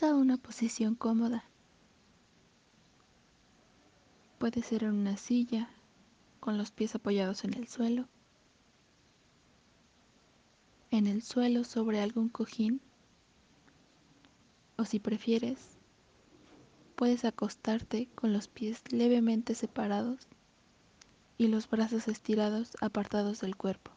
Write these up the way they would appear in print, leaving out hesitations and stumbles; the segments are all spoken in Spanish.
Busca una posición cómoda. Puede ser en una silla, con los pies apoyados en el suelo sobre algún cojín, o si prefieres, puedes acostarte con los pies levemente separados y los brazos estirados apartados del cuerpo.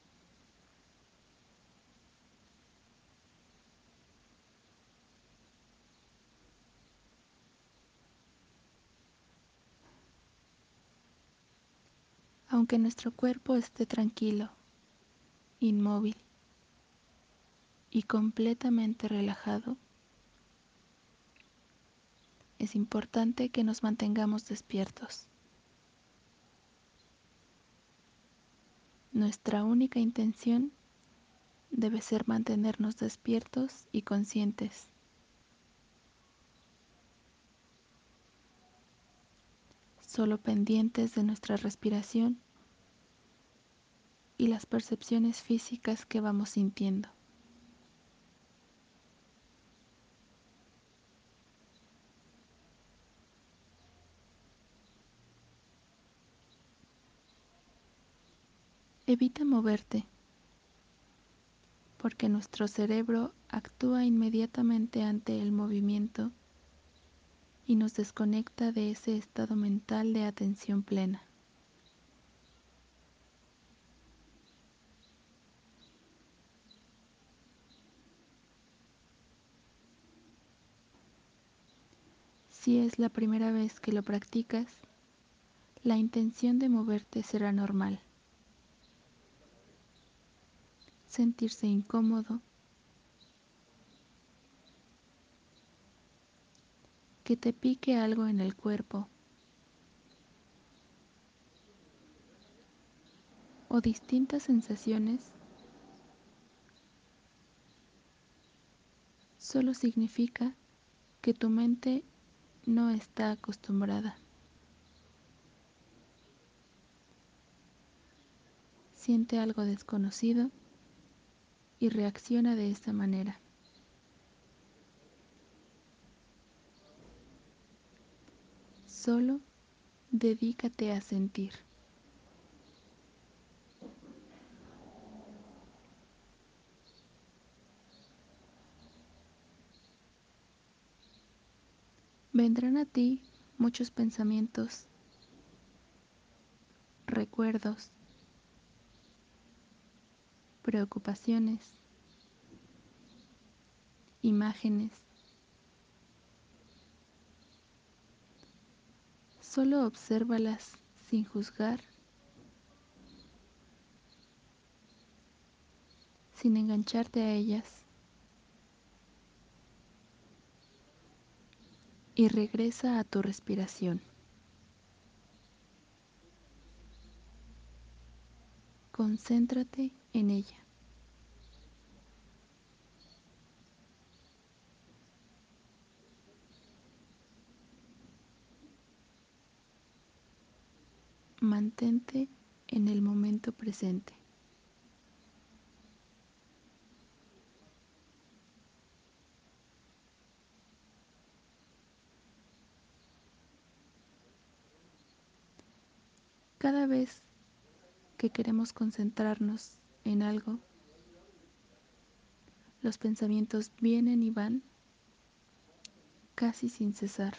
Aunque nuestro cuerpo esté tranquilo, inmóvil y completamente relajado, es importante que nos mantengamos despiertos. Nuestra única intención debe ser mantenernos despiertos y conscientes, solo pendientes de nuestra respiración y las percepciones físicas que vamos sintiendo. Evita moverte, porque nuestro cerebro actúa inmediatamente ante el movimiento y nos desconecta de ese estado mental de atención plena. Si es la primera vez que lo practicas, la intención de moverte será normal. Sentirse incómodo, que te pique algo en el cuerpo o distintas sensaciones, solo significa que tu mente no está acostumbrada. Siente algo desconocido y reacciona de esta manera. Solo dedícate a sentir. Vendrán a ti muchos pensamientos, recuerdos, preocupaciones, imágenes. Solo obsérvalas sin juzgar, sin engancharte a ellas, y regresa a tu respiración. Concéntrate en ella. Mantente en el momento presente. Cada vez que queremos concentrarnos en algo, los pensamientos vienen y van casi sin cesar.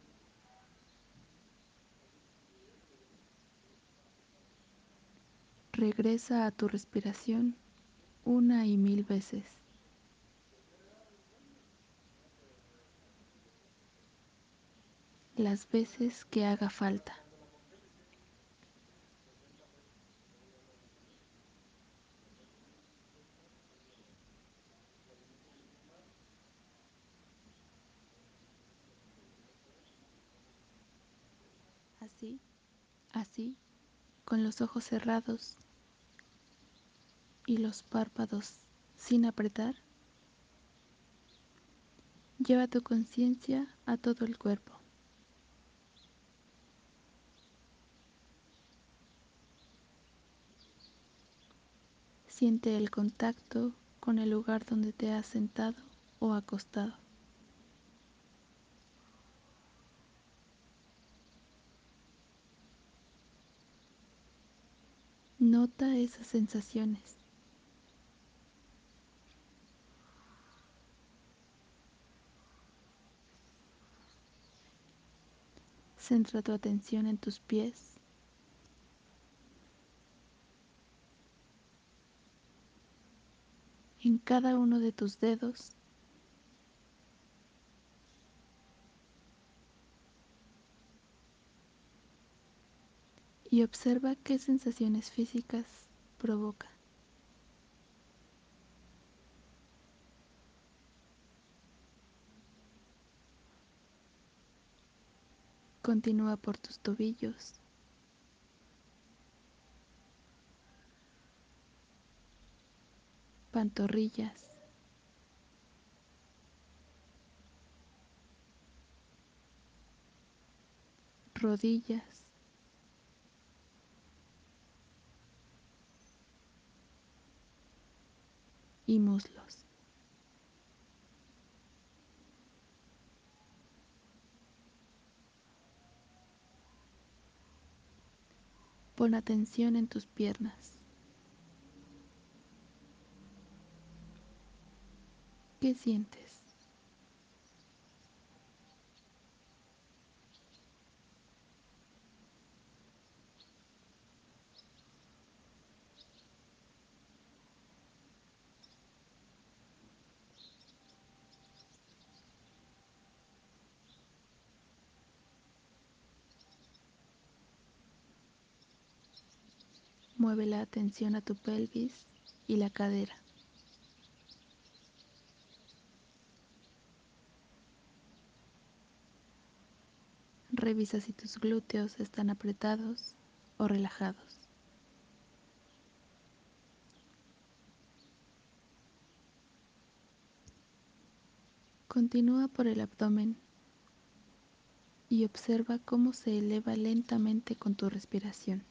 Regresa a tu respiración una y mil veces. Las veces que haga falta. Así, con los ojos cerrados y los párpados sin apretar, lleva tu conciencia a todo el cuerpo. Siente el contacto con el lugar donde te has sentado o acostado. Nota esas sensaciones. Centra tu atención en tus pies, en cada uno de tus dedos y observa qué sensaciones físicas provoca. Continúa por tus tobillos, pantorrillas, rodillas y muslos. Pon atención en tus piernas. ¿Qué sientes? Mueve la atención a tu pelvis y la cadera. Revisa si tus glúteos están apretados o relajados. Continúa por el abdomen y observa cómo se eleva lentamente con tu respiración.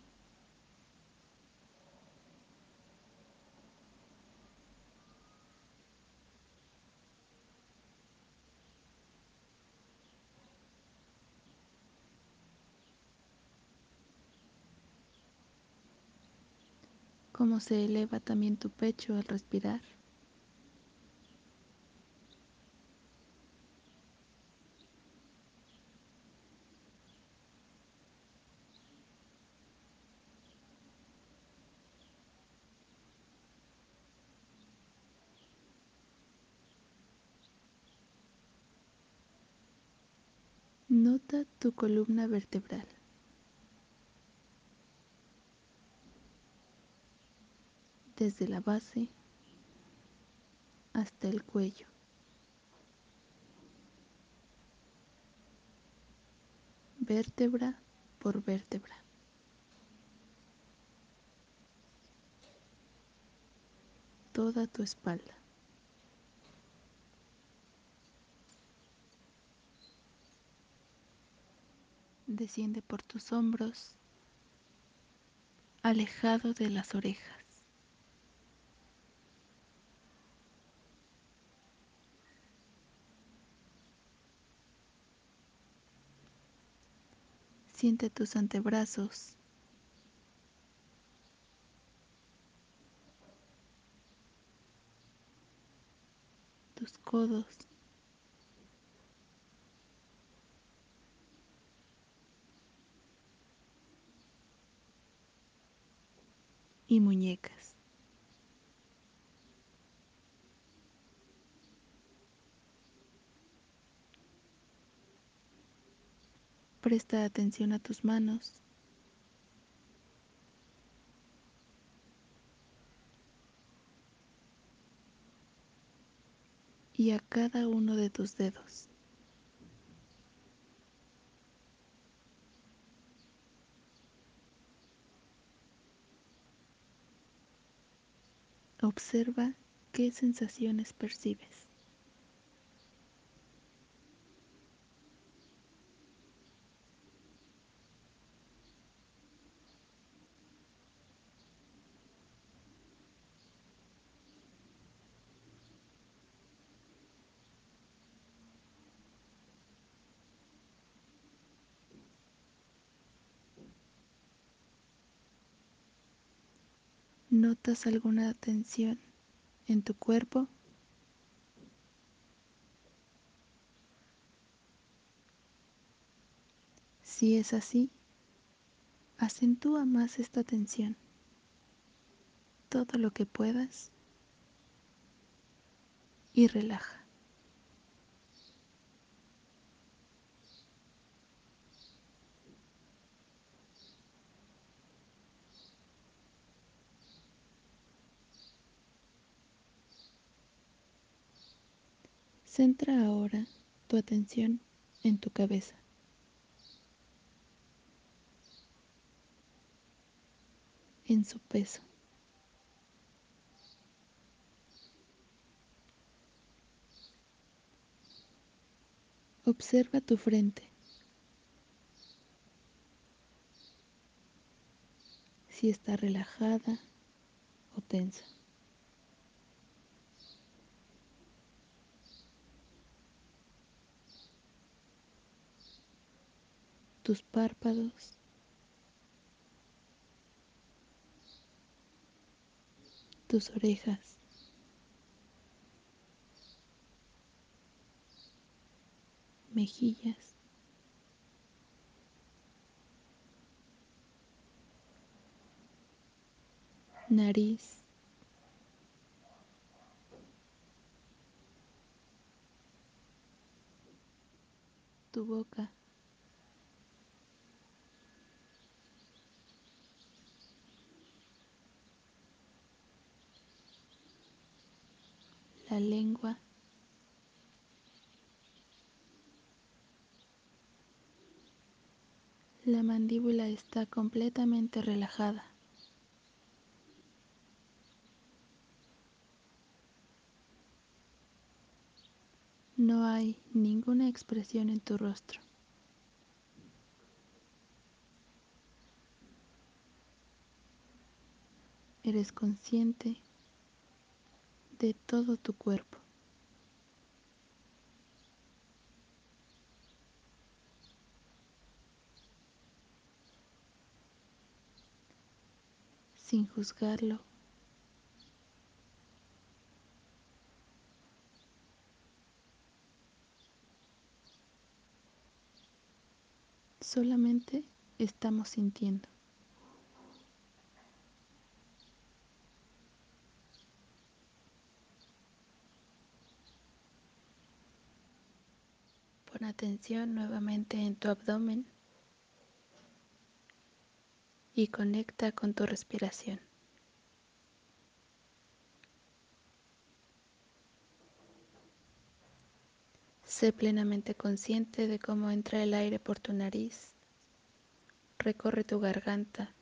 Cómo se eleva también tu pecho al respirar. Nota tu columna vertebral, desde la base hasta el cuello, vértebra por vértebra. Toda tu espalda. Desciende por tus hombros, alejado de las orejas. Siente tus antebrazos, tus codos y muñecas. Presta atención a tus manos y a cada uno de tus dedos. Observa qué sensaciones percibes. ¿Notas alguna tensión en tu cuerpo? Si es así, acentúa más esta tensión todo lo que puedas y relaja. Centra ahora tu atención en tu cabeza, en su peso. Observa tu frente, si está relajada o tensa. Tus párpados, tus orejas, mejillas, nariz, tu boca, la lengua, la mandíbula está completamente relajada. No hay ninguna expresión en tu rostro. Eres consciente de todo tu cuerpo, sin juzgarlo, solamente estamos sintiendo. Pon atención nuevamente en tu abdomen y conecta con tu respiración. Sé plenamente consciente de cómo entra el aire por tu nariz, recorre tu garganta,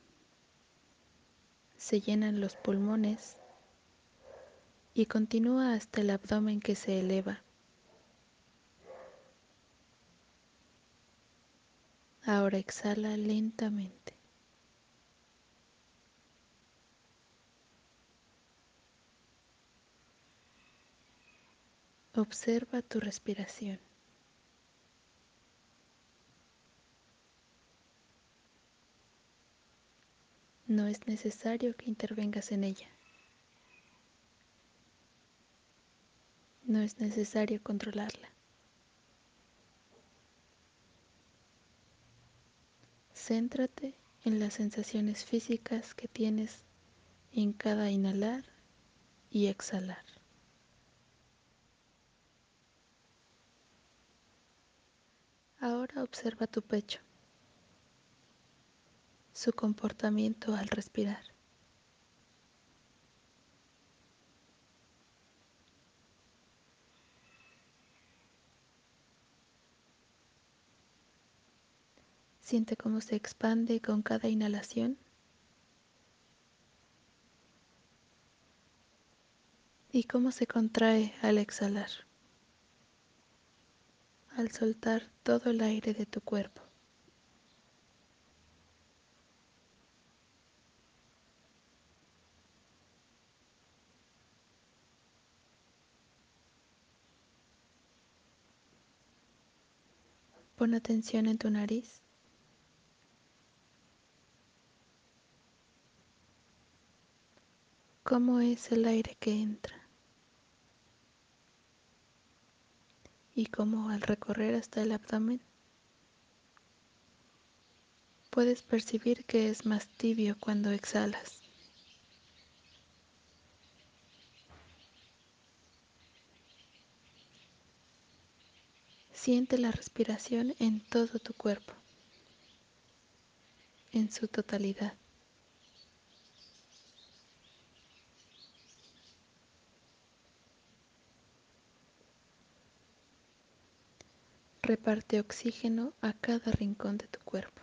se llenan los pulmones y continúa hasta el abdomen que se eleva. Ahora exhala lentamente. Observa tu respiración. No es necesario que intervengas en ella. No es necesario controlarla. Céntrate en las sensaciones físicas que tienes en cada inhalar y exhalar. Ahora observa tu pecho, su comportamiento al respirar. Siente cómo se expande con cada inhalación y cómo se contrae al exhalar, al soltar todo el aire de tu cuerpo. Pon atención en tu nariz. cómo es el aire que entra y cómo al recorrer hasta el abdomen puedes percibir que es más tibio cuando exhalas. Siente la respiración en todo tu cuerpo, en su totalidad. Reparte oxígeno a cada rincón de tu cuerpo.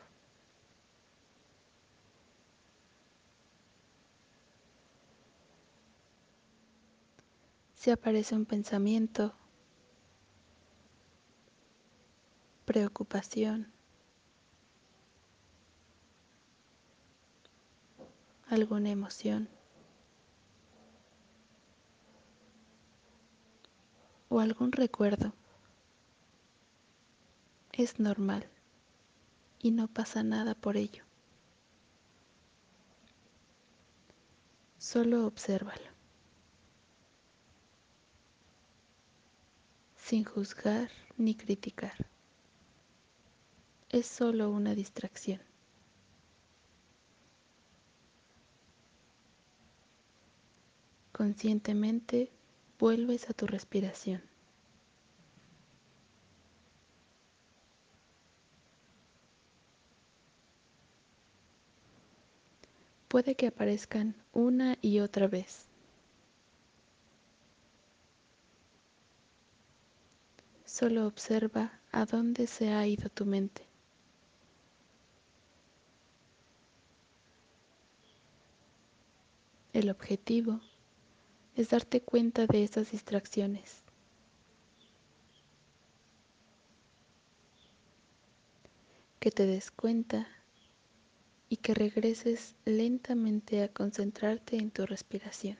Si aparece un pensamiento, preocupación, alguna emoción o algún recuerdo, es normal y no pasa nada por ello. Solo obsérvalo, sin juzgar ni criticar. Es solo una distracción. Conscientemente vuelves a tu respiración. Puede que aparezcan una y otra vez. Solo observa a dónde se ha ido tu mente. El objetivo es darte cuenta de esas distracciones, que te des cuenta y que regreses lentamente a concentrarte en tu respiración.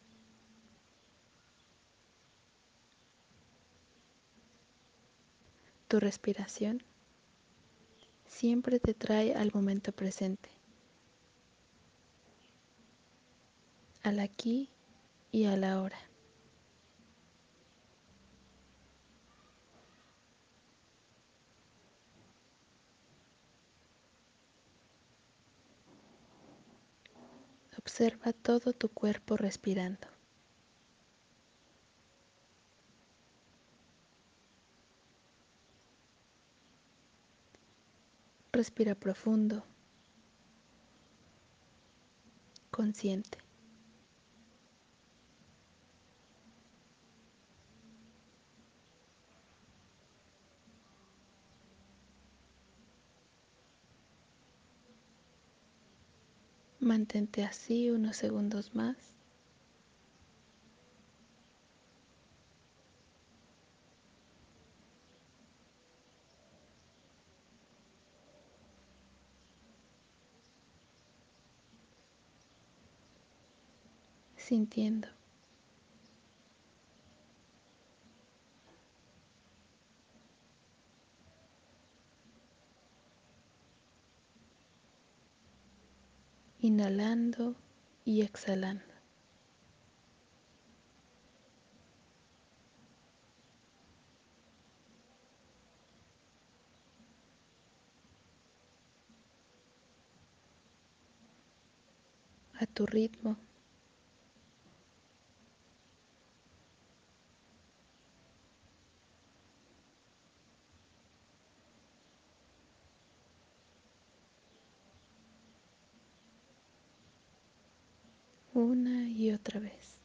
Tu respiración siempre te trae al momento presente, al aquí y a la hora. Observa todo tu cuerpo respirando. Respira profundo, consciente. Mantente así unos segundos más. Sintiendo. Inhalando y exhalando. A tu ritmo. Una y otra vez.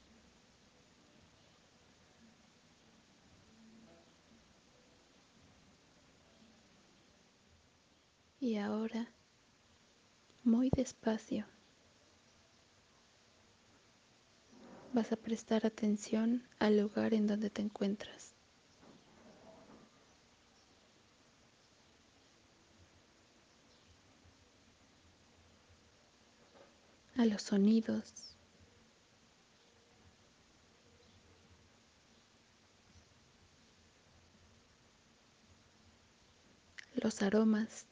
Y ahora, muy despacio, vas a prestar atención al lugar en donde te encuentras, a los sonidos, los aromas,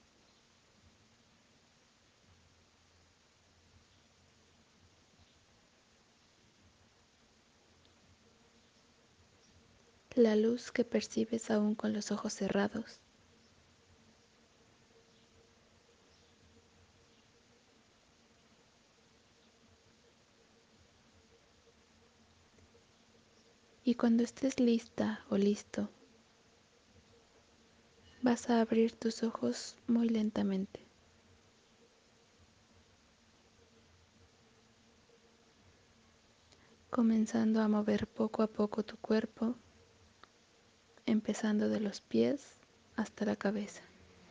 la luz que percibes aún con los ojos cerrados. Y cuando estés lista o listo, vas a abrir tus ojos muy lentamente, comenzando a mover poco a poco tu cuerpo, empezando de los pies hasta la cabeza.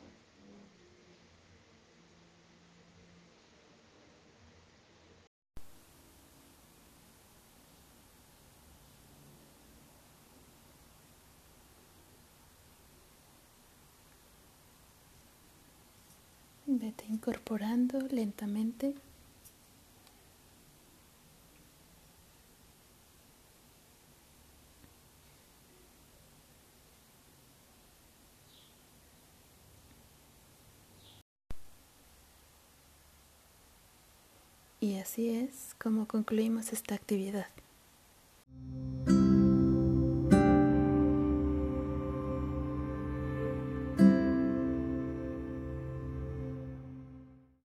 Vete incorporando lentamente. Y así es como concluimos esta actividad.